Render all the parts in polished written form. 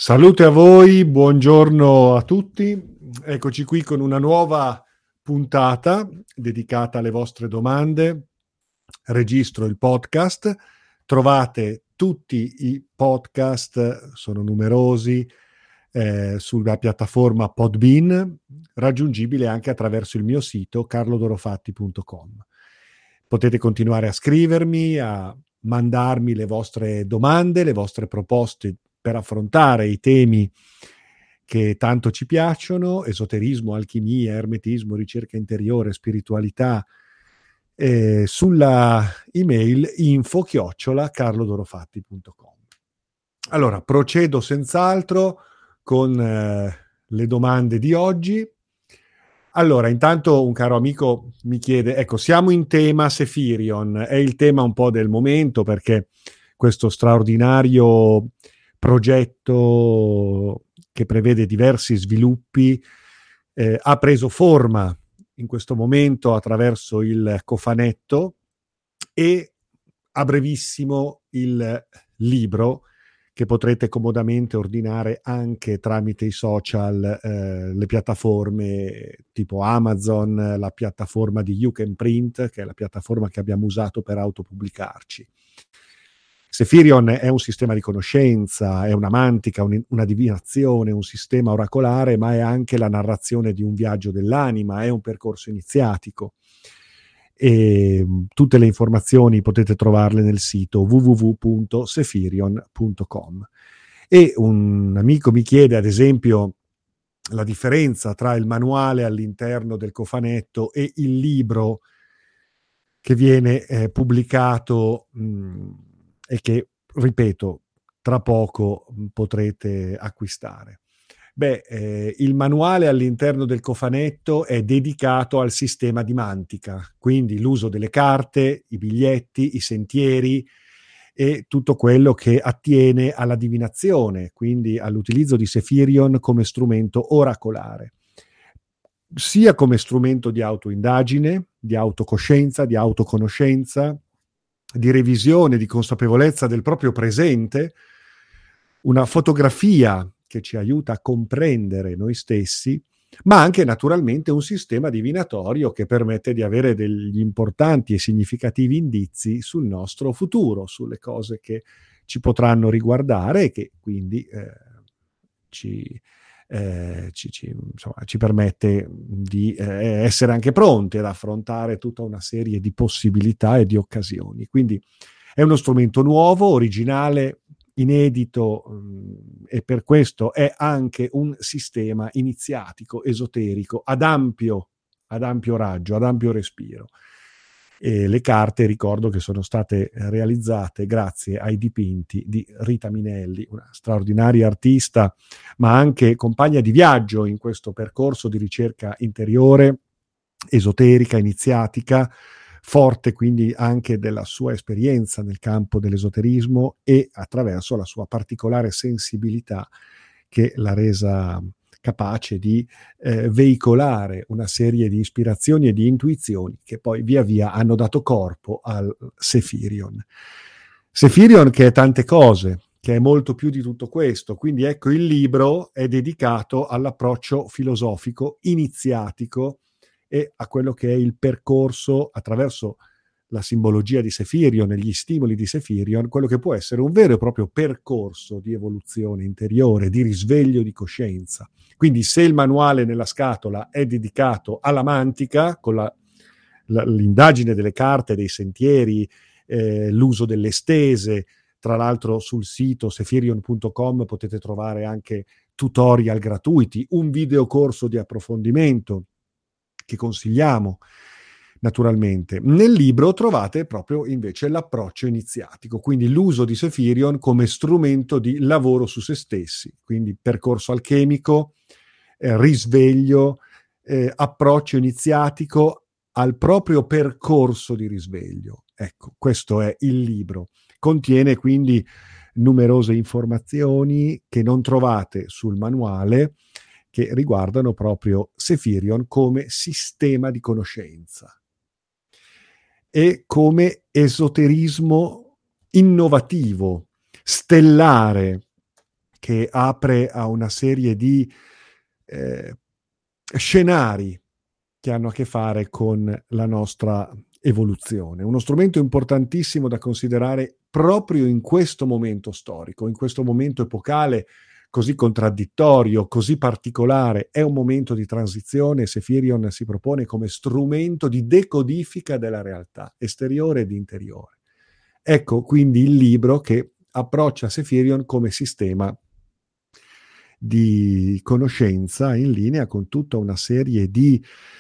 Salute a voi, buongiorno a tutti. Eccoci qui con una nuova puntata dedicata alle vostre domande. Registro il podcast. Trovate tutti i podcast, sono numerosi, sulla piattaforma Podbean, raggiungibile anche attraverso il mio sito carlodorofatti.com. Potete continuare a scrivermi, a mandarmi le vostre domande, le vostre proposte per affrontare i temi che tanto ci piacciono: esoterismo, alchimia, ermetismo, ricerca interiore, spiritualità, sulla email info@carlodorofatti.com. Allora, procedo senz'altro con le domande di oggi. Allora, intanto un caro amico mi chiede, ecco, siamo in tema Sefirion, è il tema un po' del momento perché questo straordinario progetto che prevede diversi sviluppi ha preso forma in questo momento attraverso il cofanetto e a brevissimo il libro che potrete comodamente ordinare anche tramite i social, le piattaforme tipo Amazon, la piattaforma di You Can Print, che è la piattaforma che abbiamo usato per autopubblicarci. Sefirion è un sistema di conoscenza, è una mantica, una divinazione, un sistema oracolare, ma è anche la narrazione di un viaggio dell'anima, è un percorso iniziatico. E tutte le informazioni potete trovarle nel sito www.sefirion.com. E un amico mi chiede, ad esempio, la differenza tra il manuale all'interno del cofanetto e il libro che viene pubblicato e che, ripeto, tra poco potrete acquistare. Il manuale all'interno del cofanetto è dedicato al sistema di mantica, quindi l'uso delle carte, i biglietti, i sentieri e tutto quello che attiene alla divinazione, quindi all'utilizzo di Sefirion come strumento oracolare, sia come strumento di autoindagine, di autocoscienza, di autoconoscenza, di revisione, di consapevolezza del proprio presente, una fotografia che ci aiuta a comprendere noi stessi, ma anche naturalmente un sistema divinatorio che permette di avere degli importanti e significativi indizi sul nostro futuro, sulle cose che ci potranno riguardare e che quindi ci permette di essere anche pronti ad affrontare tutta una serie di possibilità e di occasioni. Quindi è uno strumento nuovo, originale, inedito, e per questo è anche un sistema iniziatico, esoterico, ad ampio raggio, ad ampio respiro. E le carte, ricordo che sono state realizzate grazie ai dipinti di Rita Minelli, una straordinaria artista, ma anche compagna di viaggio in questo percorso di ricerca interiore, esoterica, iniziatica, forte quindi anche della sua esperienza nel campo dell'esoterismo e attraverso la sua particolare sensibilità che l'ha resa capace di veicolare una serie di ispirazioni e di intuizioni che poi via via hanno dato corpo al Sefirion. Sefirion che è tante cose, che è molto più di tutto questo, quindi ecco, il libro è dedicato all'approccio filosofico iniziatico e a quello che è il percorso attraverso la simbologia di Sefirion e gli stimoli di Sefirion, quello che può essere un vero e proprio percorso di evoluzione interiore, di risveglio di coscienza. Quindi se il manuale nella scatola è dedicato alla mantica, con l'indagine delle carte, dei sentieri, l'uso delle stese, tra l'altro sul sito sefirion.com potete trovare anche tutorial gratuiti, un videocorso di approfondimento che consigliamo naturalmente. Nel libro trovate proprio invece l'approccio iniziatico, quindi l'uso di Sefirion come strumento di lavoro su se stessi, quindi percorso alchemico, risveglio, approccio iniziatico al proprio percorso di risveglio. Ecco, questo è il libro. Contiene quindi numerose informazioni che non trovate sul manuale, che riguardano proprio Sefirion come sistema di conoscenza e come esoterismo innovativo, stellare, che apre a una serie di scenari che hanno a che fare con la nostra evoluzione. Uno strumento importantissimo da considerare proprio in questo momento storico, in questo momento epocale così contraddittorio, così particolare. È un momento di transizione. Sephirion si propone come strumento di decodifica della realtà esteriore ed interiore. Ecco quindi il libro che approccia Sephirion come sistema di conoscenza in linea con tutta una serie di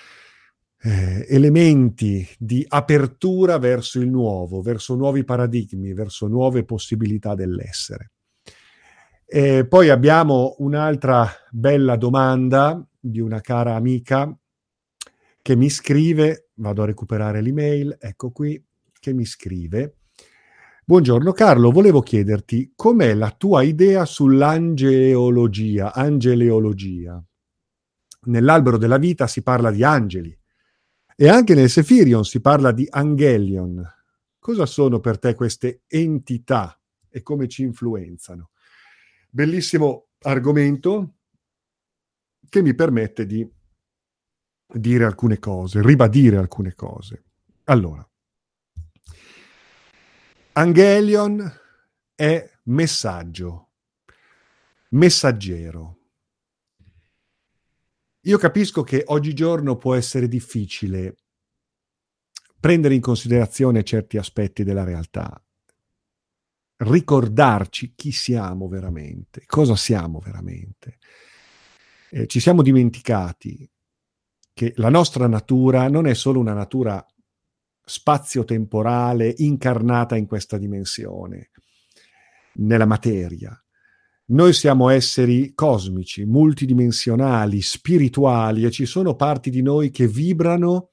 elementi di apertura verso il nuovo, verso nuovi paradigmi, verso nuove possibilità dell'essere. Poi abbiamo un'altra bella domanda di una cara amica che mi scrive, vado a recuperare l'email, ecco qui, che mi scrive: buongiorno Carlo, volevo chiederti com'è la tua idea sull'angeleologia. Nell'albero della vita si parla di angeli e anche nel Sephirion si parla di angelion. Cosa sono per te queste entità e come ci influenzano? Bellissimo argomento che mi permette di dire alcune cose, ribadire alcune cose. Allora, angelion è messaggio, messaggero. Io capisco che oggigiorno può essere difficile prendere in considerazione certi aspetti della realtà, ricordarci chi siamo veramente, cosa siamo veramente. Ci siamo dimenticati che la nostra natura non è solo una natura spazio-temporale incarnata in questa dimensione, nella materia. Noi siamo esseri cosmici, multidimensionali, spirituali, e ci sono parti di noi che vibrano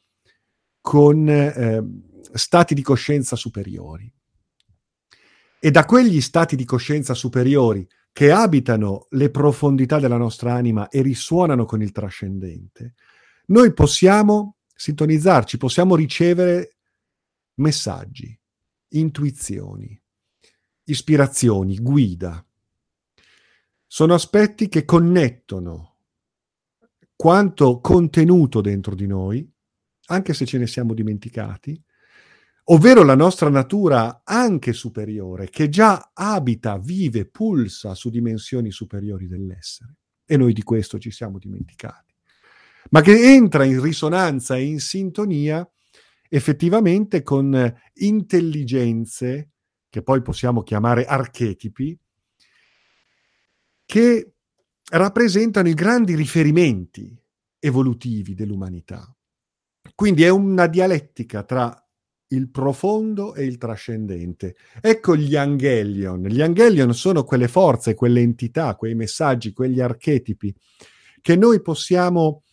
con stati di coscienza superiori. E da quegli stati di coscienza superiori che abitano le profondità della nostra anima e risuonano con il trascendente, noi possiamo sintonizzarci, possiamo ricevere messaggi, intuizioni, ispirazioni, guida. Sono aspetti che connettono quanto contenuto dentro di noi, anche se ce ne siamo dimenticati, ovvero la nostra natura anche superiore, che già abita, vive, pulsa su dimensioni superiori dell'essere. E noi di questo ci siamo dimenticati. Ma che entra in risonanza e in sintonia effettivamente con intelligenze, che poi possiamo chiamare archetipi, che rappresentano i grandi riferimenti evolutivi dell'umanità. Quindi è una dialettica tra il profondo e il trascendente. Ecco gli angelion. Gli angelion sono quelle forze, quelle entità, quei messaggi, quegli archetipi che noi possiamo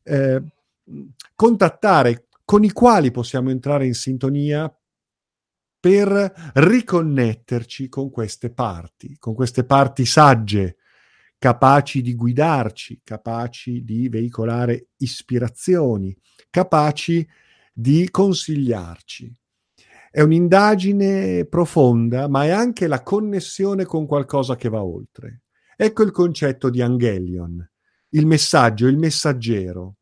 contattare, con i quali possiamo entrare in sintonia per riconnetterci con queste parti sagge, capaci di guidarci, capaci di veicolare ispirazioni, capaci di consigliarci. È un'indagine profonda, ma è anche la connessione con qualcosa che va oltre. Ecco il concetto di angelion, il messaggio, il messaggero.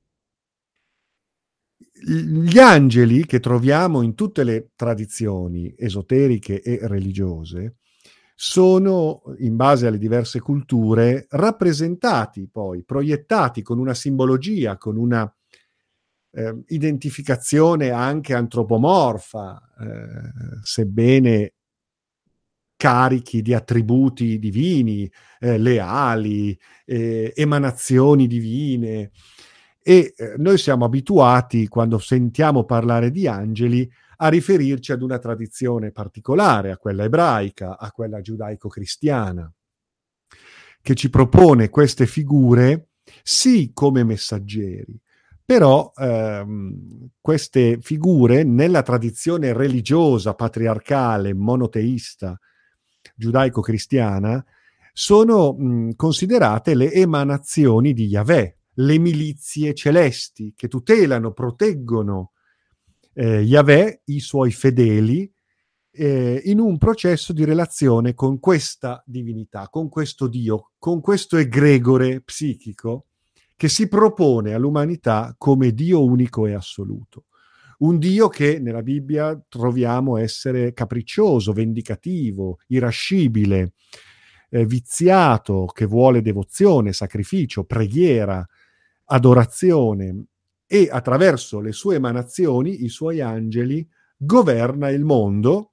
Gli angeli che troviamo in tutte le tradizioni esoteriche e religiose sono, in base alle diverse culture, rappresentati poi, proiettati con una simbologia, con una identificazione anche antropomorfa, sebbene carichi di attributi divini, le ali, emanazioni divine. E noi siamo abituati, quando sentiamo parlare di angeli, a riferirci ad una tradizione particolare, a quella ebraica, a quella giudaico-cristiana, che ci propone queste figure sì come messaggeri, però queste figure nella tradizione religiosa, patriarcale, monoteista, giudaico-cristiana, sono considerate le emanazioni di Yahweh, le milizie celesti che tutelano, proteggono Yahweh, i suoi fedeli, in un processo di relazione con questa divinità, con questo Dio, con questo egregore psichico che si propone all'umanità come Dio unico e assoluto. Un Dio che nella Bibbia troviamo essere capriccioso, vendicativo, irascibile, viziato, che vuole devozione, sacrificio, preghiera, adorazione, e attraverso le sue emanazioni, i suoi angeli, governa il mondo,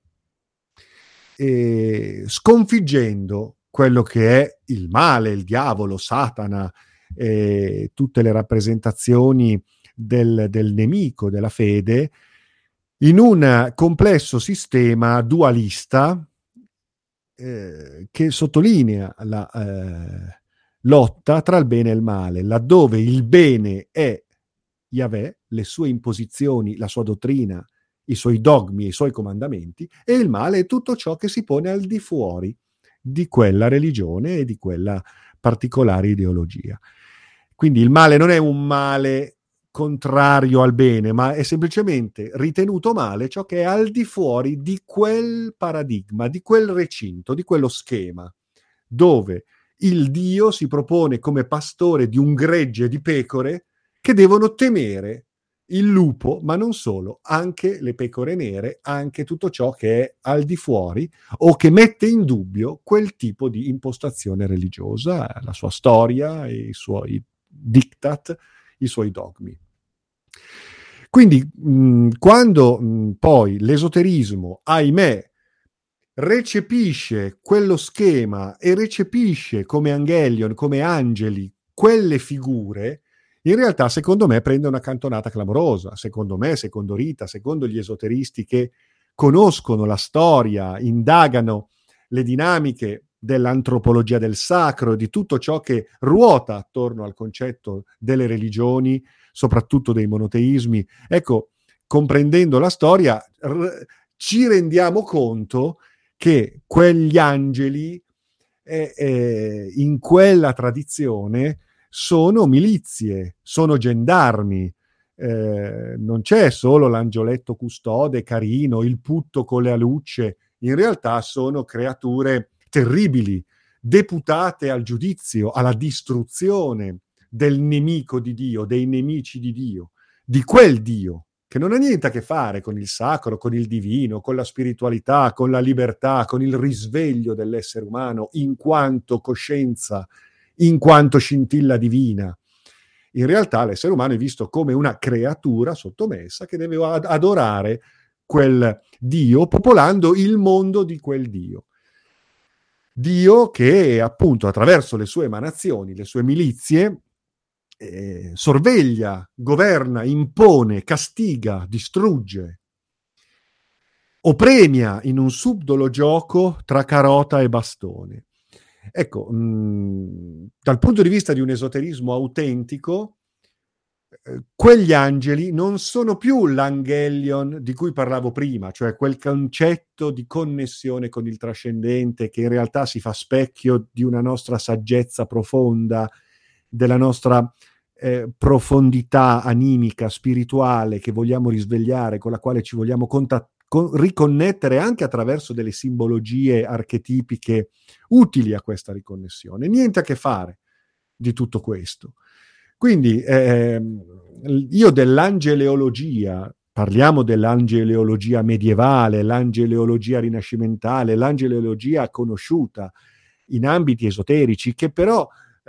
sconfiggendo quello che è il male, il diavolo, Satana, tutte le rappresentazioni del nemico della fede, in un complesso sistema dualista che sottolinea la lotta tra il bene e il male, laddove il bene è Yahweh, le sue imposizioni, la sua dottrina, i suoi dogmi, i suoi comandamenti, e il male è tutto ciò che si pone al di fuori di quella religione e di quella particolare ideologia. Quindi il male non è un male contrario al bene, ma è semplicemente ritenuto male ciò che è al di fuori di quel paradigma, di quel recinto, di quello schema, dove il Dio si propone come pastore di un gregge di pecore che devono temere il lupo, ma non solo, anche le pecore nere, anche tutto ciò che è al di fuori o che mette in dubbio quel tipo di impostazione religiosa, la sua storia, i suoi diktat, i suoi dogmi. Quindi quando poi l'esoterismo, ahimè, recepisce quello schema e recepisce come angelion, come angeli, quelle figure, in realtà secondo me prende una cantonata clamorosa, secondo me, secondo Rita, secondo gli esoteristi che conoscono la storia, indagano le dinamiche dell'antropologia del sacro, di tutto ciò che ruota attorno al concetto delle religioni, soprattutto dei monoteismi. Ecco, comprendendo la storia, ci rendiamo conto che quegli angeli in quella tradizione sono milizie, sono gendarmi. Non c'è solo l'angioletto custode carino, il putto con le alucce, in realtà sono creature terribili, deputate al giudizio, alla distruzione del nemico di Dio, dei nemici di Dio, di quel Dio che non ha niente a che fare con il sacro, con il divino, con la spiritualità, con la libertà, con il risveglio dell'essere umano in quanto coscienza, in quanto scintilla divina. In realtà l'essere umano è visto come una creatura sottomessa che deve adorare quel Dio, popolando il mondo di quel Dio. Dio che appunto attraverso le sue emanazioni, le sue milizie, sorveglia, governa, impone, castiga, distrugge o premia in un subdolo gioco tra carota e bastone. Ecco, dal punto di vista di un esoterismo autentico, quegli angeli non sono più l'angelion di cui parlavo prima, cioè quel concetto di connessione con il trascendente che in realtà si fa specchio di una nostra saggezza profonda, della nostra profondità animica, spirituale, che vogliamo risvegliare, con la quale ci vogliamo riconnettere anche attraverso delle simbologie archetipiche utili a questa riconnessione. Niente a che fare di tutto questo. Quindi io dell'angeleologia, parliamo dell'angeleologia medievale, l'angeleologia rinascimentale, l'angeleologia conosciuta in ambiti esoterici, che però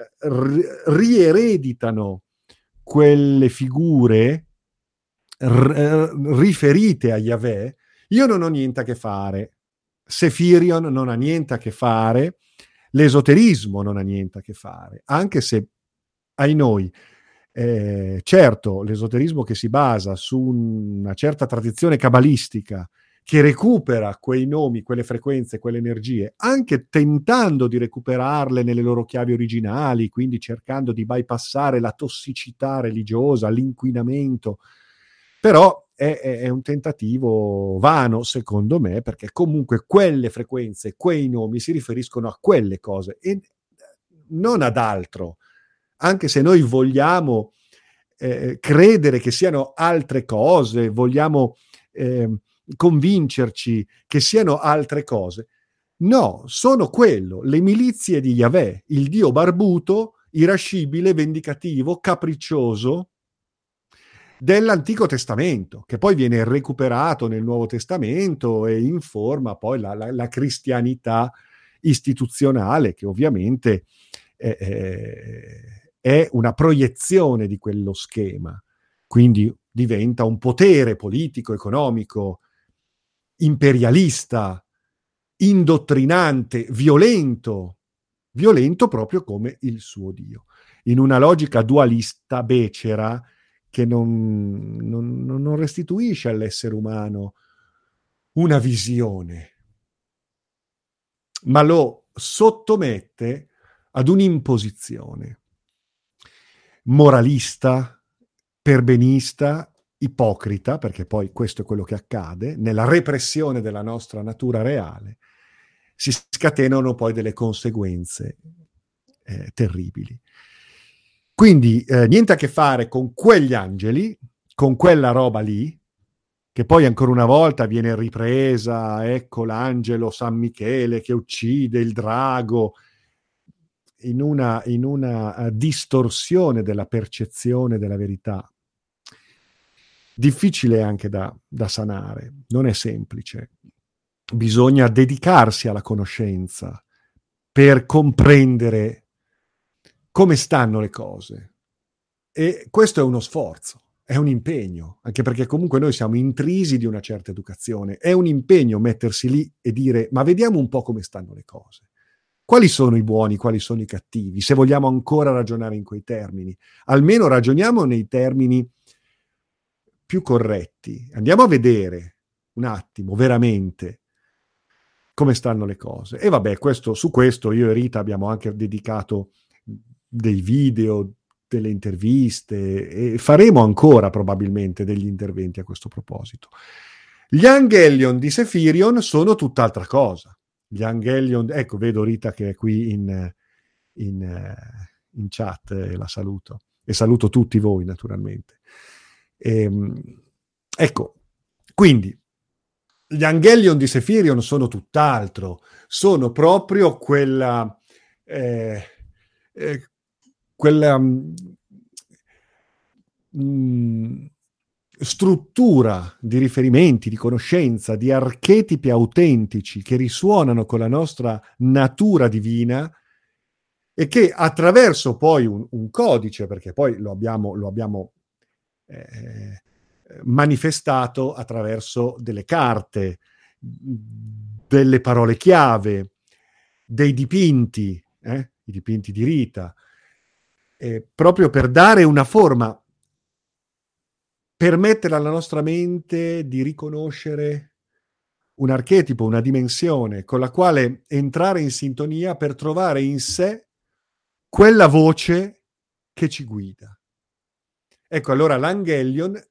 riereditano quelle figure riferite a Yahweh. Io non ho niente a che fare, Sefirion non ha niente a che fare, l'esoterismo non ha niente a che fare, anche se ai noi, certo, l'esoterismo che si basa su una certa tradizione cabalistica che recupera quei nomi, quelle frequenze, quelle energie, anche tentando di recuperarle nelle loro chiavi originali, quindi cercando di bypassare la tossicità religiosa, l'inquinamento, però è un tentativo vano, secondo me, perché comunque quelle frequenze, quei nomi si riferiscono a quelle cose e non ad altro. Anche se noi vogliamo credere che siano altre cose, vogliamo convincerci che siano altre cose. No, sono quello, le milizie di Yahweh, il Dio barbuto, irascibile, vendicativo, capriccioso dell'Antico Testamento, che poi viene recuperato nel Nuovo Testamento e informa poi la cristianità istituzionale, che ovviamente è una proiezione di quello schema, quindi diventa un potere politico, economico, imperialista, indottrinante, violento proprio come il suo Dio, in una logica dualista becera che non restituisce all'essere umano una visione, ma lo sottomette ad un'imposizione moralista, perbenista, ipocrita, perché poi questo è quello che accade, nella repressione della nostra natura reale, si scatenano poi delle conseguenze terribili. Quindi niente a che fare con quegli angeli, con quella roba lì, che poi ancora una volta viene ripresa, ecco l'angelo San Michele che uccide il drago, in una distorsione della percezione della verità, difficile anche da sanare, non è semplice. Bisogna dedicarsi alla conoscenza per comprendere come stanno le cose. E questo è uno sforzo, è un impegno, anche perché comunque noi siamo intrisi di una certa educazione. È un impegno mettersi lì e dire: ma vediamo un po' come stanno le cose. Quali sono i buoni, quali sono i cattivi? Se vogliamo ancora ragionare in quei termini, almeno ragioniamo nei termini più corretti. Andiamo a vedere un attimo, veramente, come stanno le cose. E vabbè, su questo io e Rita abbiamo anche dedicato dei video, delle interviste, e faremo ancora probabilmente degli interventi a questo proposito. Gli Angelion di Sefirion sono tutt'altra cosa. Gli Angelion, ecco, vedo Rita che è qui in chat, la saluto. E saluto tutti voi, naturalmente. Ecco, quindi gli Angelion di Sefirion sono tutt'altro, sono proprio quella struttura di riferimenti, di conoscenza, di archetipi autentici che risuonano con la nostra natura divina e che attraverso poi un codice, perché poi lo abbiamo manifestato attraverso delle carte, delle parole chiave, dei dipinti, i dipinti di Rita, proprio per dare una forma, permettere alla nostra mente di riconoscere un archetipo, una dimensione con la quale entrare in sintonia per trovare in sé quella voce che ci guida. Ecco, allora l'Angelion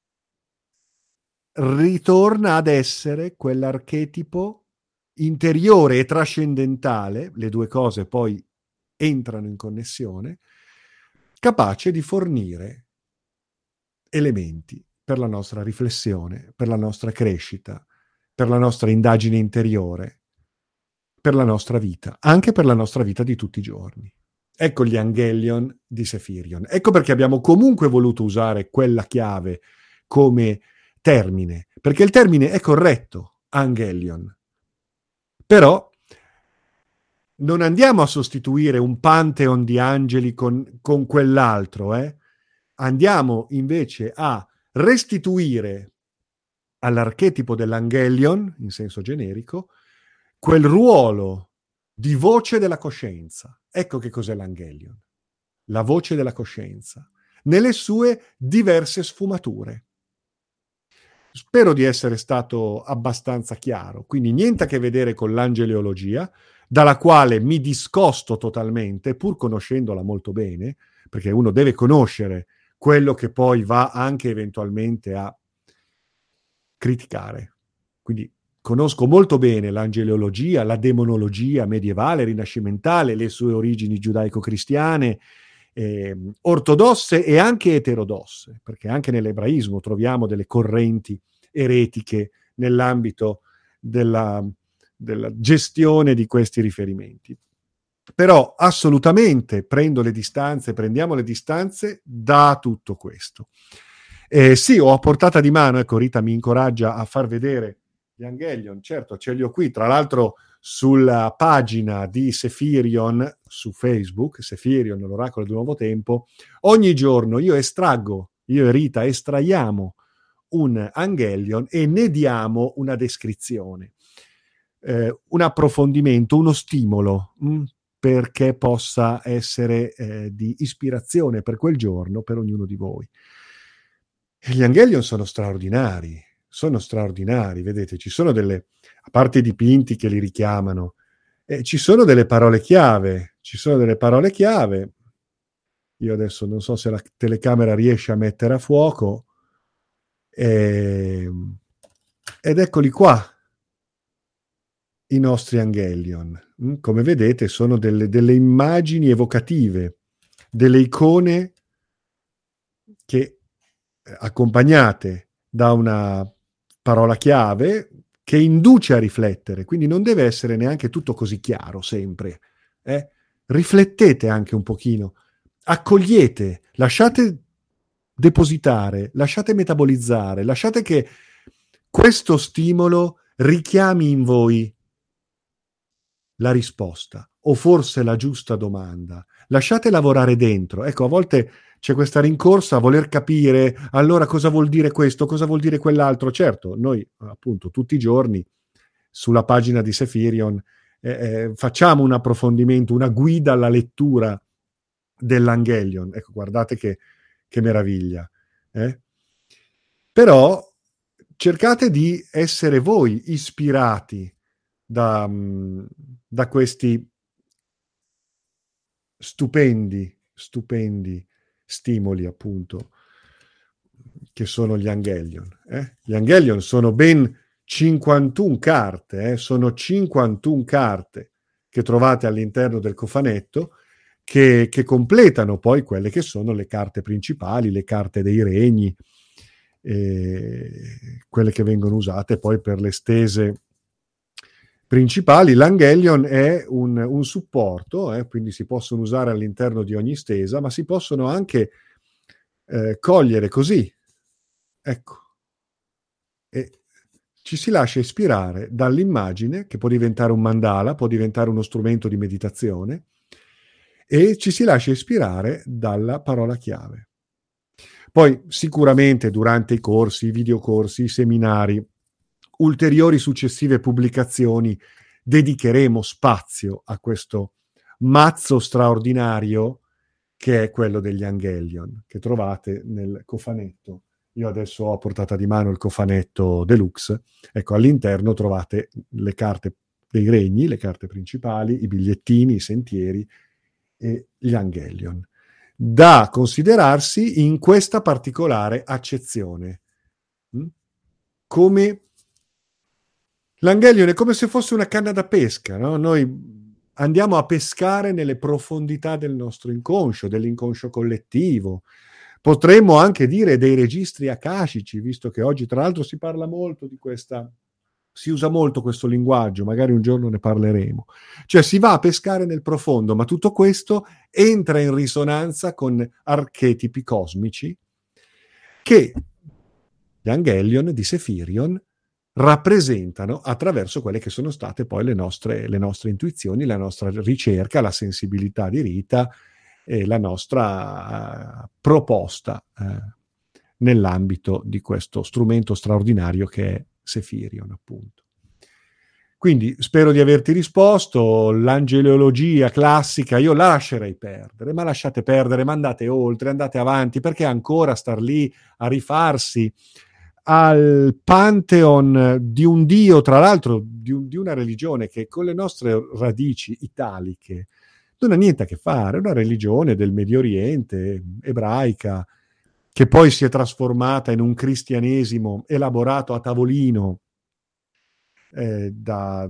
ritorna ad essere quell'archetipo interiore e trascendentale, le due cose poi entrano in connessione, capace di fornire elementi per la nostra riflessione, per la nostra crescita, per la nostra indagine interiore, per la nostra vita, anche per la nostra vita di tutti i giorni. Ecco gli Angelion di Sefirion. Ecco perché abbiamo comunque voluto usare quella chiave come termine, perché il termine è corretto, Angelion. Però non andiamo a sostituire un pantheon di angeli con quell'altro, Andiamo invece a restituire all'archetipo dell'Angelion, in senso generico, quel ruolo di voce della coscienza. Ecco che cos'è l'Angelion. La voce della coscienza, nelle sue diverse sfumature. Spero di essere stato abbastanza chiaro. Quindi niente a che vedere con l'angeleologia, dalla quale mi discosto totalmente, pur conoscendola molto bene, perché uno deve conoscere quello che poi va anche eventualmente a criticare. Quindi conosco molto bene l'angeleologia, la demonologia medievale, rinascimentale, le sue origini giudaico-cristiane, ortodosse e anche eterodosse, perché anche nell'ebraismo troviamo delle correnti eretiche nell'ambito della gestione di questi riferimenti. Però assolutamente prendiamo le distanze da tutto questo. Sì, ho a portata di mano, ecco, Rita mi incoraggia a far vedere gli Angelion, certo, ce li ho qui, tra l'altro sulla pagina di Sefirion su Facebook, Sefirion, l'oracolo del nuovo tempo, ogni giorno io e Rita estraiamo un Angelion e ne diamo una descrizione, un approfondimento, uno stimolo, perché possa essere di ispirazione per quel giorno per ognuno di voi. E gli Angelion sono straordinari, vedete, ci sono a parte i dipinti che li richiamano, ci sono delle parole chiave, io adesso non so se la telecamera riesce a mettere a fuoco, ed eccoli qua, i nostri Angelion. Come vedete sono delle immagini evocative, delle icone che accompagnate da una parola chiave che induce a riflettere, quindi non deve essere neanche tutto così chiaro sempre. Riflettete anche un pochino, accogliete, lasciate depositare, lasciate metabolizzare, lasciate che questo stimolo richiami in voi la risposta o forse la giusta domanda. Lasciate lavorare dentro. Ecco, a volte c'è questa rincorsa a voler capire allora cosa vuol dire questo, cosa vuol dire quell'altro. Certo, noi appunto tutti i giorni sulla pagina di Sefirion facciamo un approfondimento, una guida alla lettura dell'Angelion. Ecco, guardate che meraviglia. Però cercate di essere voi ispirati da questi stupendi stimoli, appunto, che sono gli Angelion. Gli Angelion sono ben 51 carte, sono 51 carte che trovate all'interno del cofanetto, che completano poi quelle che sono le carte principali, le carte dei regni, quelle che vengono usate poi per le stese principali. L'Angelion è un supporto, quindi si possono usare all'interno di ogni stesa, ma si possono anche cogliere così, ecco, e ci si lascia ispirare dall'immagine, che può diventare un mandala, può diventare uno strumento di meditazione, e ci si lascia ispirare dalla parola chiave. Poi sicuramente durante i corsi, i videocorsi, i seminari, ulteriori successive pubblicazioni, dedicheremo spazio a questo mazzo straordinario che è quello degli Angelion, che trovate nel cofanetto. Io adesso ho a portata di mano il cofanetto deluxe. Ecco, all'interno trovate le carte dei regni, le carte principali, i bigliettini, i sentieri e gli Angelion, da considerarsi in questa particolare accezione. Come l'Angelion è come se fosse una canna da pesca, no? Noi andiamo a pescare nelle profondità del nostro inconscio, dell'inconscio collettivo. Potremmo anche dire dei registri akashici, visto che oggi tra l'altro si parla molto di questa, si usa molto questo linguaggio, magari un giorno ne parleremo. Cioè si va a pescare nel profondo, ma tutto questo entra in risonanza con archetipi cosmici che gli Angelion di Sefirion rappresentano attraverso quelle che sono state poi le nostre intuizioni, la nostra ricerca, la sensibilità di Rita e la nostra proposta nell'ambito di questo strumento straordinario che è Sefirion, appunto. Quindi spero di averti risposto. L'angeleologia classica io la lascerei perdere, ma lasciate perdere, ma andate oltre, andate avanti, perché ancora star lì a rifarsi al pantheon di un dio, tra l'altro di una religione che con le nostre radici italiche non ha niente a che fare, è una religione del Medio Oriente, ebraica, che poi si è trasformata in un cristianesimo elaborato a tavolino dai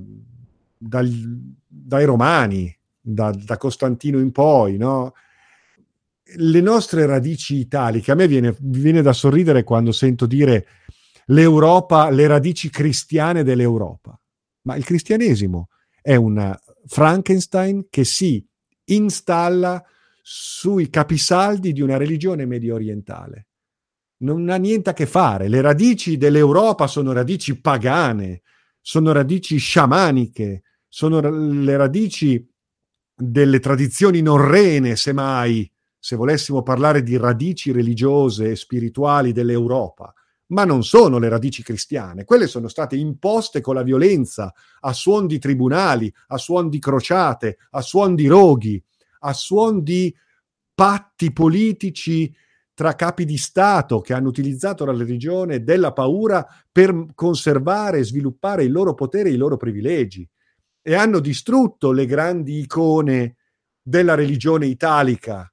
Romani, da Costantino in poi, no? Le nostre radici italiche, a me viene da sorridere quando sento dire l'Europa, le radici cristiane dell'Europa. Ma il cristianesimo è un Frankenstein che si installa sui capisaldi di una religione medio orientale. Non ha niente a che fare. Le radici dell'Europa sono radici pagane, sono radici sciamaniche, sono le radici delle tradizioni norrene, semmai, se volessimo parlare di radici religiose e spirituali dell'Europa, ma non sono le radici cristiane. Quelle sono state imposte con la violenza, a suon di tribunali, a suon di crociate, a suon di roghi, a suon di patti politici tra capi di Stato che hanno utilizzato la religione della paura per conservare e sviluppare il loro potere e i loro privilegi, e hanno distrutto le grandi icone della religione italica,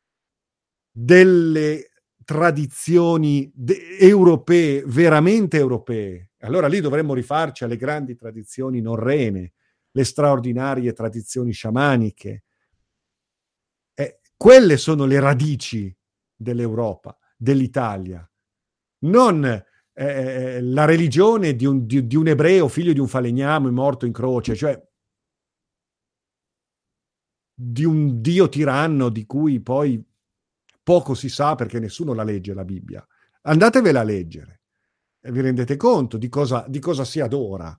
delle tradizioni europee, veramente europee. Allora lì dovremmo rifarci alle grandi tradizioni norrene, le straordinarie tradizioni sciamaniche. Quelle sono le radici dell'Europa, dell'Italia, non la religione di un ebreo, figlio di un falegname morto in croce, cioè di un dio tiranno di cui poi poco si sa perché nessuno la legge la Bibbia. Andatevela a leggere e vi rendete conto di cosa si adora.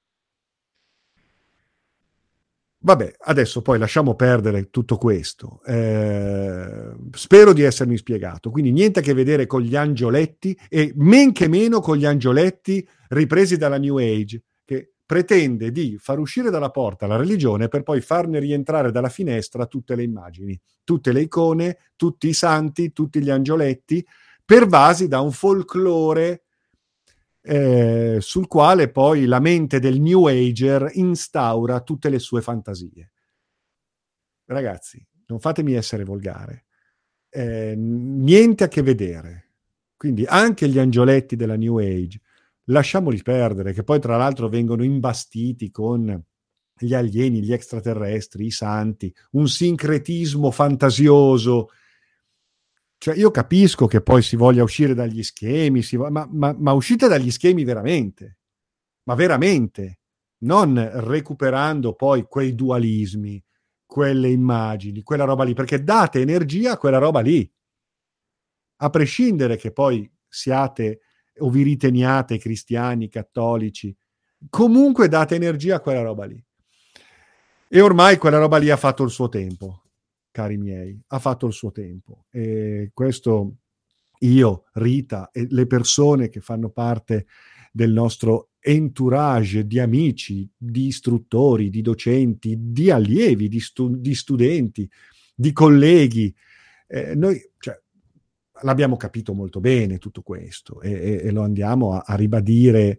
Vabbè, adesso poi lasciamo perdere tutto questo. Spero di essermi spiegato. Quindi niente a che vedere con gli angioletti e men che meno con gli angioletti ripresi dalla New Age, che pretende di far uscire dalla porta la religione per poi farne rientrare dalla finestra tutte le immagini, tutte le icone, tutti i santi, tutti gli angioletti, pervasi da un folklore sul quale poi la mente del New Ager instaura tutte le sue fantasie. Ragazzi, non fatemi essere volgare. Niente a che vedere. Quindi anche gli angioletti della New Age, lasciamoli perdere, che poi tra l'altro vengono imbastiti con gli alieni, gli extraterrestri, i santi, un sincretismo fantasioso. Cioè io capisco che poi si voglia uscire dagli schemi, ma uscite dagli schemi veramente, ma veramente, non recuperando poi quei dualismi, quelle immagini, quella roba lì, perché date energia a quella roba lì, a prescindere che poi siate o vi riteniate cristiani, cattolici, comunque date energia a quella roba lì. E ormai quella roba lì ha fatto il suo tempo, cari miei, ha fatto il suo tempo. E questo io, Rita e le persone che fanno parte del nostro entourage di amici, di istruttori, di docenti, di allievi, di studenti, di colleghi, noi l'abbiamo capito molto bene tutto questo e lo andiamo a ribadire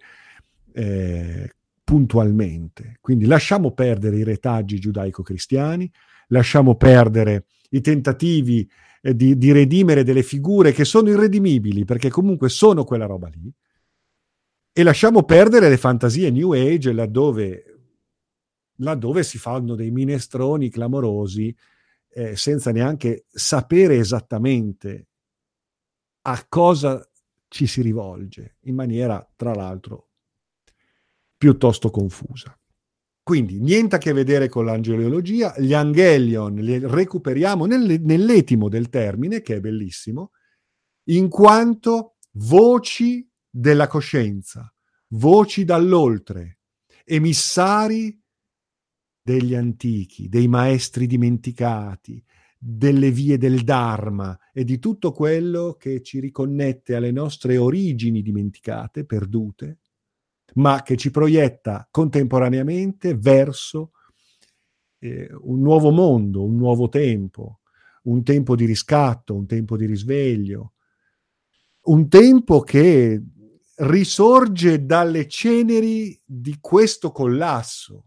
puntualmente. Quindi lasciamo perdere i retaggi giudaico-cristiani, lasciamo perdere i tentativi di redimere delle figure che sono irredimibili, perché comunque sono quella roba lì, e lasciamo perdere le fantasie New Age laddove si fanno dei minestroni clamorosi senza neanche sapere esattamente a cosa ci si rivolge, in maniera, tra l'altro, piuttosto confusa. Quindi niente a che vedere con l'angeleologia, gli angelion li recuperiamo nell'etimo del termine, che è bellissimo, in quanto voci della coscienza, voci dall'oltre, emissari degli antichi, dei maestri dimenticati, delle vie del Dharma e di tutto quello che ci riconnette alle nostre origini dimenticate, perdute, ma che ci proietta contemporaneamente verso un nuovo mondo, un nuovo tempo, un tempo di riscatto, un tempo di risveglio, un tempo che risorge dalle ceneri di questo collasso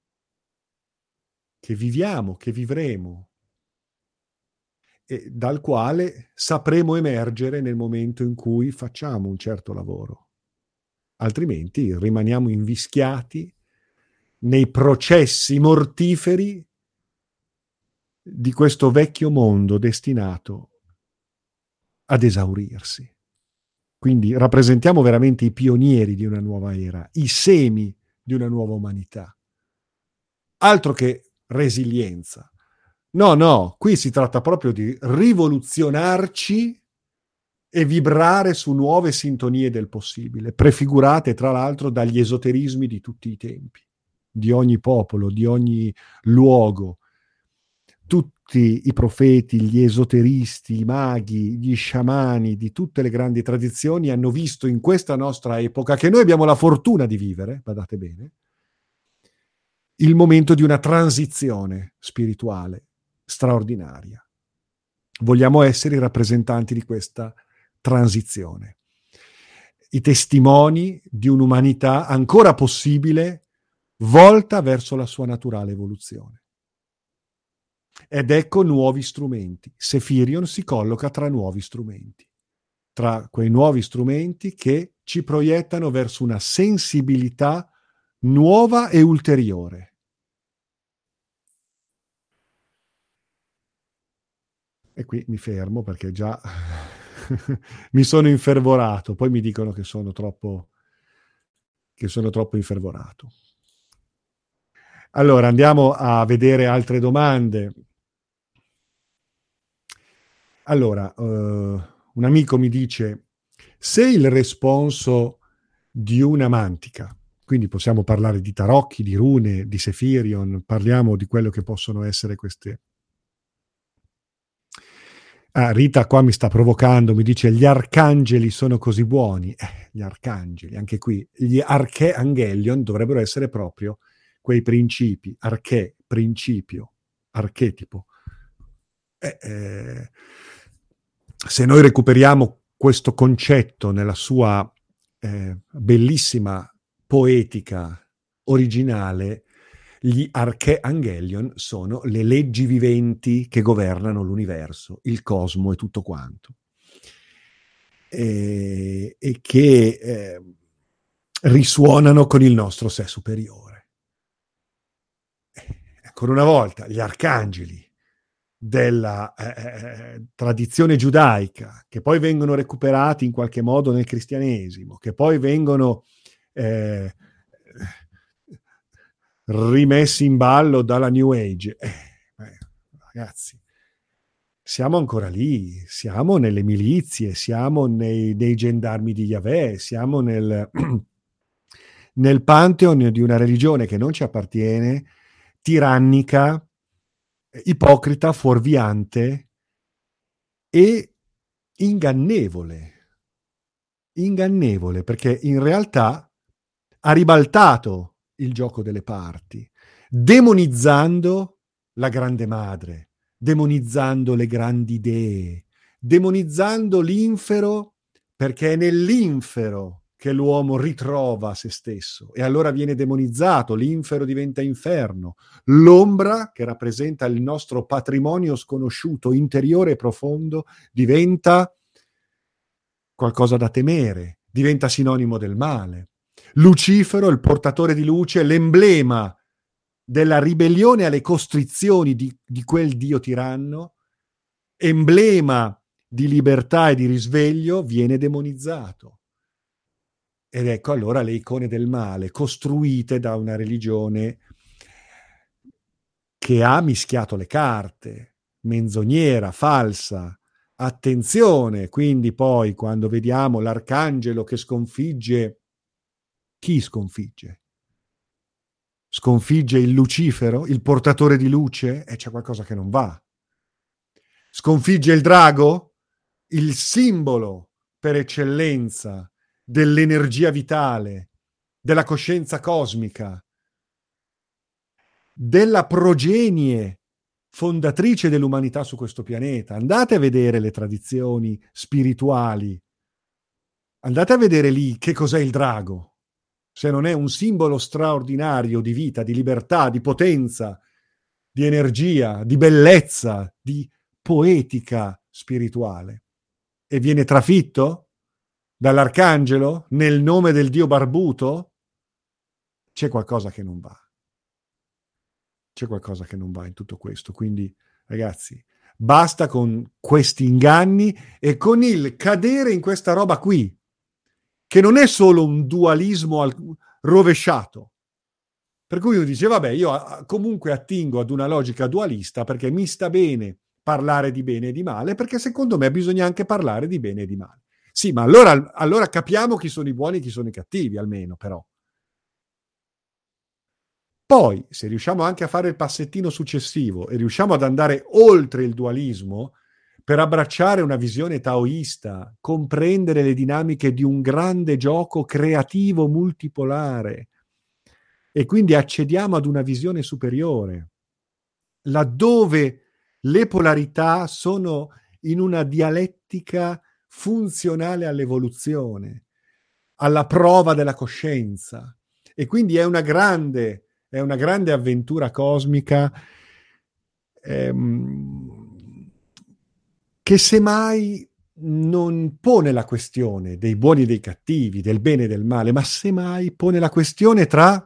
che viviamo, che vivremo, e dal quale sapremo emergere nel momento in cui facciamo un certo lavoro. Altrimenti rimaniamo invischiati nei processi mortiferi di questo vecchio mondo destinato ad esaurirsi. Quindi rappresentiamo veramente i pionieri di una nuova era, i semi di una nuova umanità. Altro che resilienza. No, no, qui si tratta proprio di rivoluzionarci e vibrare su nuove sintonie del possibile, prefigurate tra l'altro dagli esoterismi di tutti i tempi, di ogni popolo, di ogni luogo. Tutti i profeti, gli esoteristi, i maghi, gli sciamani di tutte le grandi tradizioni hanno visto in questa nostra epoca, che noi abbiamo la fortuna di vivere, badate bene, il momento di una transizione spirituale straordinaria. Vogliamo essere i rappresentanti di questa transizione, i testimoni di un'umanità ancora possibile, volta verso la sua naturale evoluzione. Ed ecco nuovi strumenti. Sephirion si colloca tra nuovi strumenti, tra quei nuovi strumenti che ci proiettano verso una sensibilità nuova e ulteriore. E qui mi fermo perché già mi sono infervorato, poi mi dicono che sono troppo infervorato. Allora, andiamo a vedere altre domande. Allora, un amico mi dice, se il responso di una mantica, quindi possiamo parlare di tarocchi, di rune, di Sephirion, parliamo di quello che possono essere queste. Rita qua mi sta provocando, mi dice gli arcangeli sono così buoni. Gli arcangeli, anche qui, gli archeangelion dovrebbero essere proprio quei principi, arché, principio, archetipo. Se noi recuperiamo questo concetto nella sua bellissima poetica originale, gli archeangelion sono le leggi viventi che governano l'universo, il cosmo e tutto quanto. E che risuonano con il nostro sé superiore. Ancora una volta, gli arcangeli della tradizione giudaica, che poi vengono recuperati in qualche modo nel cristianesimo, che poi vengono rimessi in ballo dalla New Age. Ragazzi, siamo ancora lì, siamo nelle milizie, siamo nei gendarmi di Yahweh, siamo nel pantheon di una religione che non ci appartiene, tirannica, ipocrita, fuorviante e ingannevole, perché in realtà ha ribaltato il gioco delle parti, demonizzando la grande madre, demonizzando le grandi idee, demonizzando l'infero, perché è nell'infero che l'uomo ritrova se stesso e allora viene demonizzato, l'infero diventa inferno, l'ombra che rappresenta il nostro patrimonio sconosciuto, interiore e profondo, diventa qualcosa da temere, diventa sinonimo del male. Lucifero, il portatore di luce, l'emblema della ribellione alle costrizioni di quel Dio tiranno, emblema di libertà e di risveglio, viene demonizzato. Ed ecco allora le icone del male, costruite da una religione che ha mischiato le carte, menzognera, falsa. Attenzione, quindi poi quando vediamo l'arcangelo che sconfigge, chi sconfigge? Sconfigge il Lucifero, il portatore di luce? E c'è qualcosa che non va. Sconfigge il drago, il simbolo per eccellenza dell'energia vitale, della coscienza cosmica, della progenie fondatrice dell'umanità su questo pianeta. Andate a vedere le tradizioni spirituali, andate a vedere lì che cos'è il drago, se non è un simbolo straordinario di vita, di libertà, di potenza, di energia, di bellezza, di poetica spirituale. E viene trafitto dall'arcangelo nel nome del dio barbuto? C'è qualcosa che non va. C'è qualcosa che non va in tutto questo. Quindi, ragazzi, basta con questi inganni e con il cadere in questa roba qui. che non è solo un dualismo rovesciato. Per cui uno dice, vabbè, io comunque attingo ad una logica dualista perché mi sta bene parlare di bene e di male, perché secondo me bisogna anche parlare di bene e di male. Sì, ma allora capiamo chi sono i buoni e chi sono i cattivi, almeno, però. Poi, se riusciamo anche a fare il passettino successivo e riusciamo ad andare oltre il dualismo per abbracciare una visione taoista, comprendere le dinamiche di un grande gioco creativo multipolare e quindi accediamo ad una visione superiore, laddove le polarità sono in una dialettica funzionale all'evoluzione, alla prova della coscienza, e quindi è una grande avventura cosmica che semmai non pone la questione dei buoni e dei cattivi, del bene e del male, ma semmai pone la questione tra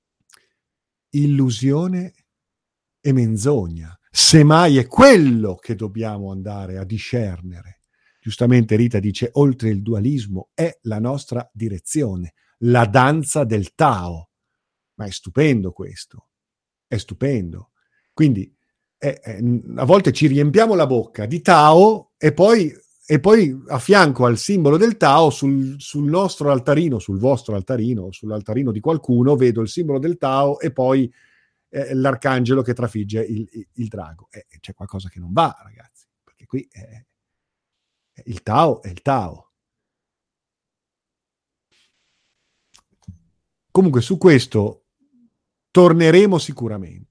illusione e menzogna. Semmai è quello che dobbiamo andare a discernere. Giustamente Rita dice, oltre il dualismo è la nostra direzione, la danza del Tao. Ma è stupendo questo, è stupendo. Quindi a volte ci riempiamo la bocca di Tao e poi a fianco al simbolo del Tao, sul nostro altarino, sul vostro altarino, sull'altarino di qualcuno, vedo il simbolo del Tao e poi l'arcangelo che trafigge il drago. C'è qualcosa che non va, ragazzi, perché qui il Tao è il Tao. Comunque su questo torneremo sicuramente.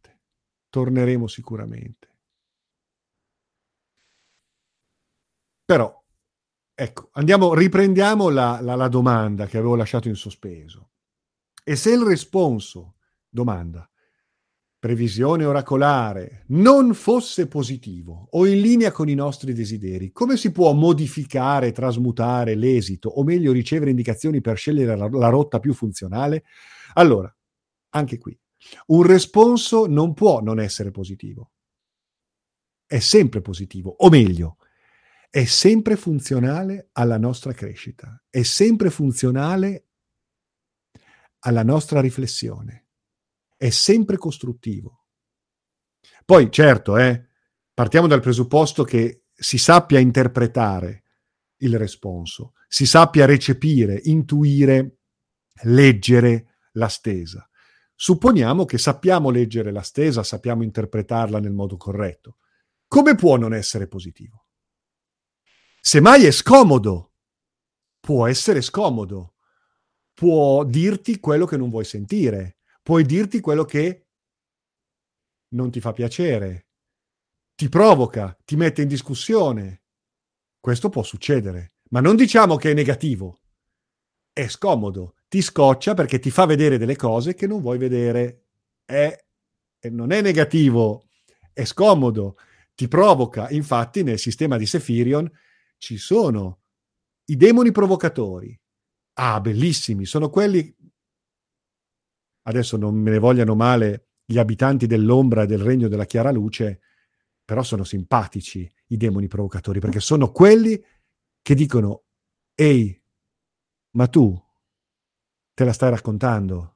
Però, ecco, riprendiamo la domanda che avevo lasciato in sospeso. E se il responso, domanda, previsione oracolare, non fosse positivo o in linea con i nostri desideri, come si può modificare, trasmutare l'esito, o meglio ricevere indicazioni per scegliere la rotta più funzionale? Allora, anche qui, un responso non può non essere positivo. È sempre positivo, o meglio, è sempre funzionale alla nostra crescita, è sempre funzionale alla nostra riflessione, è sempre costruttivo. Poi, certo, partiamo dal presupposto che si sappia interpretare il responso, si sappia recepire, intuire, leggere la stesa. Supponiamo che sappiamo leggere la stesa, sappiamo interpretarla nel modo corretto. Come può non essere positivo? Semmai è scomodo, può essere scomodo, può dirti quello che non vuoi sentire, puoi dirti quello che non ti fa piacere, ti provoca, ti mette in discussione. Questo può succedere, ma non diciamo che è negativo. È scomodo, ti scoccia perché ti fa vedere delle cose che non vuoi vedere. Non è negativo, è scomodo, ti provoca. Infatti nel sistema di Sephirion ci sono i demoni provocatori. Ah, bellissimi, sono quelli... Adesso non me ne vogliano male gli abitanti dell'ombra e del regno della chiara luce, però sono simpatici i demoni provocatori, perché sono quelli che dicono, ehi, ma tu te la stai raccontando?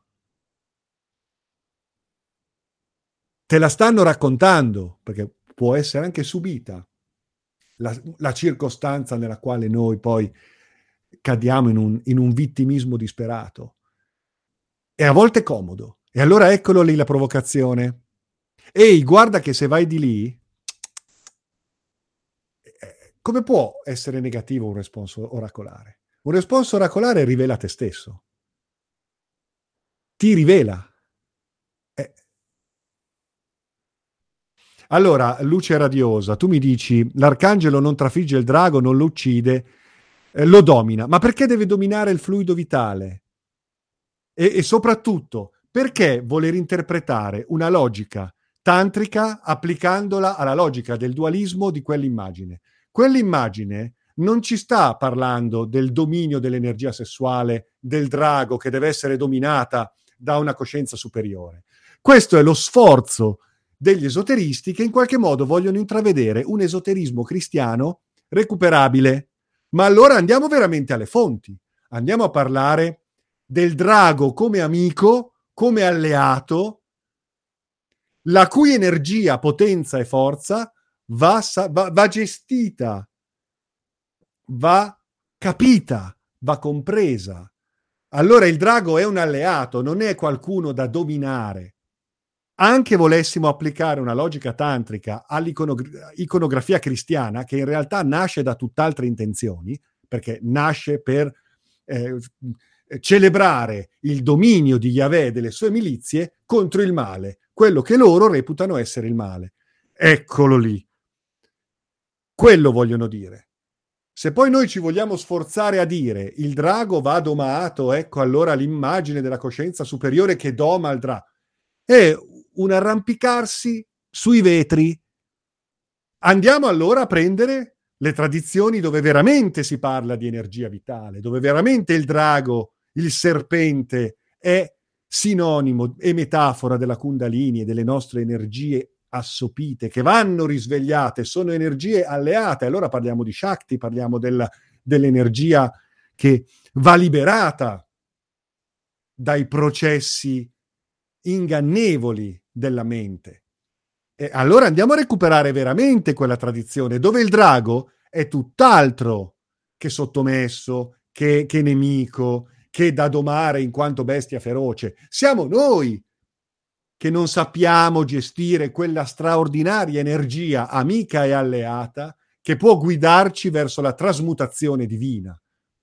Te la stanno raccontando, perché può essere anche subita la circostanza nella quale noi poi cadiamo in un vittimismo disperato. E a volte comodo. E allora eccolo lì la provocazione. Ehi, guarda che se vai di lì, come può essere negativo un responso oracolare? Un responso oracolare rivela te stesso. Ti rivela. Allora, luce radiosa, tu mi dici, l'arcangelo non trafigge il drago, non lo uccide, lo domina. Ma perché deve dominare il fluido vitale? E soprattutto, perché voler interpretare una logica tantrica applicandola alla logica del dualismo di quell'immagine? Quell'immagine non ci sta parlando del dominio dell'energia sessuale del drago che deve essere dominata da una coscienza superiore. Questo è lo sforzo degli esoteristi che in qualche modo vogliono intravedere un esoterismo cristiano recuperabile. Ma allora andiamo veramente alle fonti. Andiamo a parlare del drago come amico, come alleato, la cui energia, potenza e forza va gestita, va capita, va compresa. Allora il drago è un alleato, non è qualcuno da dominare. Anche volessimo applicare una logica tantrica all'iconografia cristiana, che in realtà nasce da tutt'altre intenzioni, perché nasce per celebrare il dominio di Yahweh e delle sue milizie contro il male, quello che loro reputano essere il male. Eccolo lì. Quello vogliono dire. Se poi noi ci vogliamo sforzare a dire il drago va domato, ecco allora l'immagine della coscienza superiore che doma il drago, è un arrampicarsi sui vetri. Andiamo allora a prendere le tradizioni dove veramente si parla di energia vitale, dove veramente il drago, il serpente, è sinonimo e metafora della Kundalini e delle nostre energie assopite, che vanno risvegliate, sono energie alleate. Allora parliamo di Shakti, parliamo dell'energia che va liberata dai processi ingannevoli della mente. E allora andiamo a recuperare veramente quella tradizione, dove il drago è tutt'altro che sottomesso, che nemico, che da domare in quanto bestia feroce. Siamo noi che non sappiamo gestire quella straordinaria energia amica e alleata che può guidarci verso la trasmutazione divina.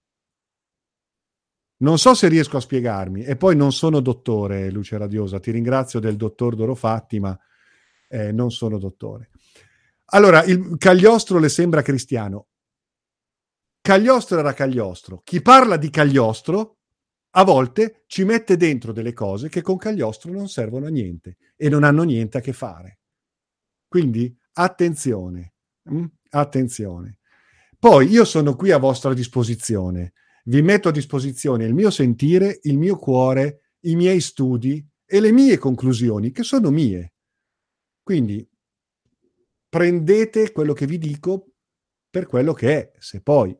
Non so se riesco a spiegarmi, e poi non sono dottore, Luce Radiosa, ti ringrazio del dottor Dorofatti, ma non sono dottore. Allora, il Cagliostro le sembra cristiano. Cagliostro era Cagliostro. Chi parla di Cagliostro a volte ci mette dentro delle cose che con Cagliostro non servono a niente e non hanno niente a che fare. Quindi attenzione, attenzione. Poi io sono qui a vostra disposizione, vi metto a disposizione il mio sentire, il mio cuore, i miei studi e le mie conclusioni, che sono mie. Quindi prendete quello che vi dico per quello che è. Se poi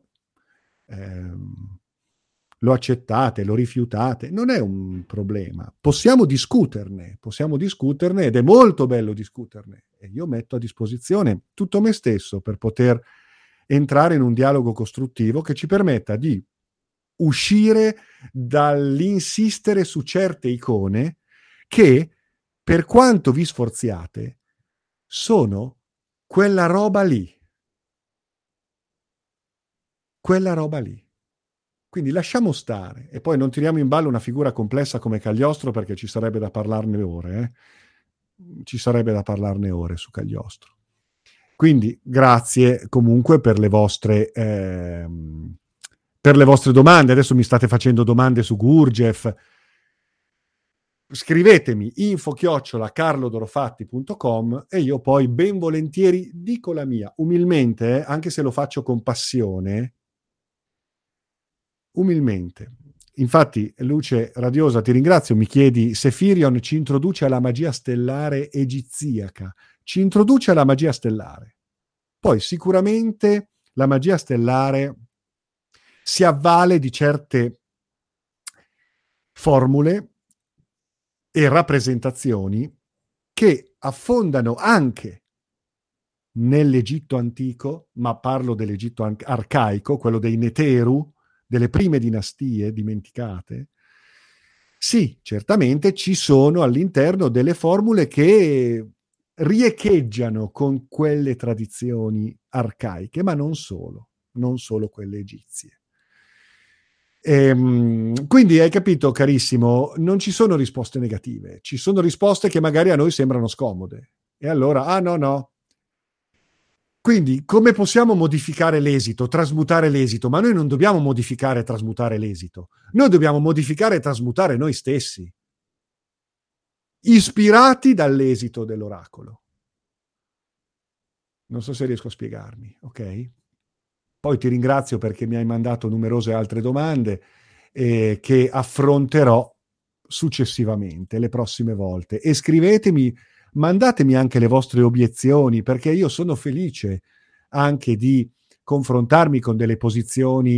lo accettate, lo rifiutate, non è un problema. Possiamo discuterne ed è molto bello discuterne. E io metto a disposizione tutto me stesso per poter entrare in un dialogo costruttivo che ci permetta di uscire dall'insistere su certe icone che, per quanto vi sforziate, sono quella roba lì. Quella roba lì. Quindi lasciamo stare e poi non tiriamo in ballo una figura complessa come Cagliostro, perché ci sarebbe da parlarne ore. Ci sarebbe da parlarne ore su Cagliostro. Quindi grazie comunque per le vostre domande. Adesso mi state facendo domande su Gurdjieff. Scrivetemi info@carlodorofatti.com e io poi ben volentieri dico la mia, umilmente, anche se lo faccio con passione, umilmente. Infatti, Luce Radiosa, ti ringrazio, mi chiedi se Firion ci introduce alla magia stellare egiziaca. Ci introduce alla magia stellare. Poi sicuramente la magia stellare si avvale di certe formule e rappresentazioni che affondano anche nell'Egitto antico, ma parlo dell'Egitto arcaico, quello dei Neteru, delle prime dinastie dimenticate. Sì, certamente ci sono all'interno delle formule che riecheggiano con quelle tradizioni arcaiche, ma non solo quelle egizie. Quindi hai capito, carissimo, non ci sono risposte negative, ci sono risposte che magari a noi sembrano scomode. E allora, no. Quindi, come possiamo modificare l'esito, trasmutare l'esito? Ma noi non dobbiamo modificare e trasmutare l'esito. Noi dobbiamo modificare e trasmutare noi stessi, ispirati dall'esito dell'oracolo. Non so se riesco a spiegarmi, ok? Poi ti ringrazio perché mi hai mandato numerose altre domande che affronterò successivamente, le prossime volte. E scrivetemi, mandatemi anche le vostre obiezioni, perché io sono felice anche di confrontarmi con delle posizioni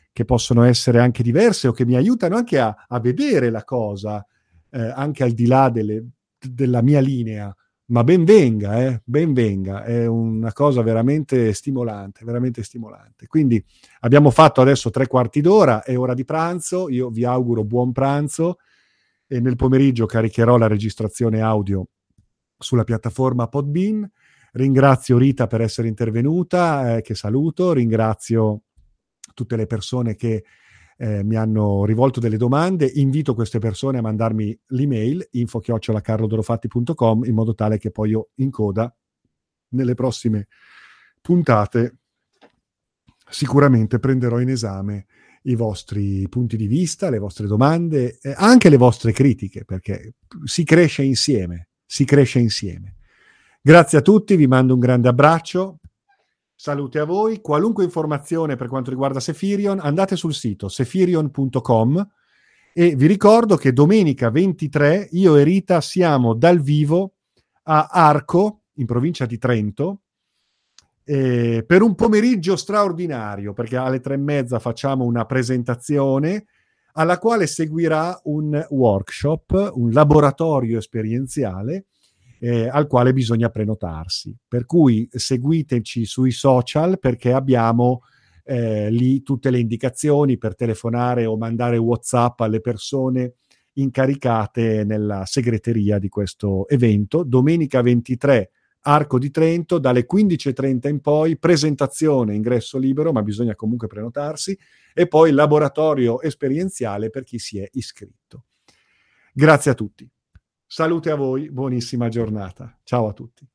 che possono essere anche diverse o che mi aiutano anche a vedere la cosa anche al di là della mia linea. Ma ben venga, è una cosa veramente stimolante, veramente stimolante. Quindi abbiamo fatto adesso 3/4 d'ora, è ora di pranzo, io vi auguro buon pranzo e nel pomeriggio caricherò la registrazione audio sulla piattaforma Podbean. Ringrazio Rita per essere intervenuta, che saluto, ringrazio tutte le persone che mi hanno rivolto delle domande, invito queste persone a mandarmi l'email info@carlodorofatti.com in modo tale che poi io in coda nelle prossime puntate sicuramente prenderò in esame i vostri punti di vista, le vostre domande, anche le vostre critiche, perché si cresce insieme, si cresce insieme. Grazie a tutti, vi mando un grande abbraccio. Salute a voi. Qualunque informazione per quanto riguarda Sefirion, andate sul sito sefirion.com e vi ricordo che domenica 23 io e Rita siamo dal vivo a Arco, in provincia di Trento, per un pomeriggio straordinario, perché alle 3:30 facciamo una presentazione alla quale seguirà un workshop, un laboratorio esperienziale al quale bisogna prenotarsi. Per cui seguiteci sui social perché abbiamo lì tutte le indicazioni per telefonare o mandare WhatsApp alle persone incaricate nella segreteria di questo evento. Domenica 23, Arco di Trento, dalle 15:30 in poi, presentazione, ingresso libero, ma bisogna comunque prenotarsi, e poi laboratorio esperienziale per chi si è iscritto. Grazie a tutti. Salute a voi, buonissima giornata. Ciao a tutti.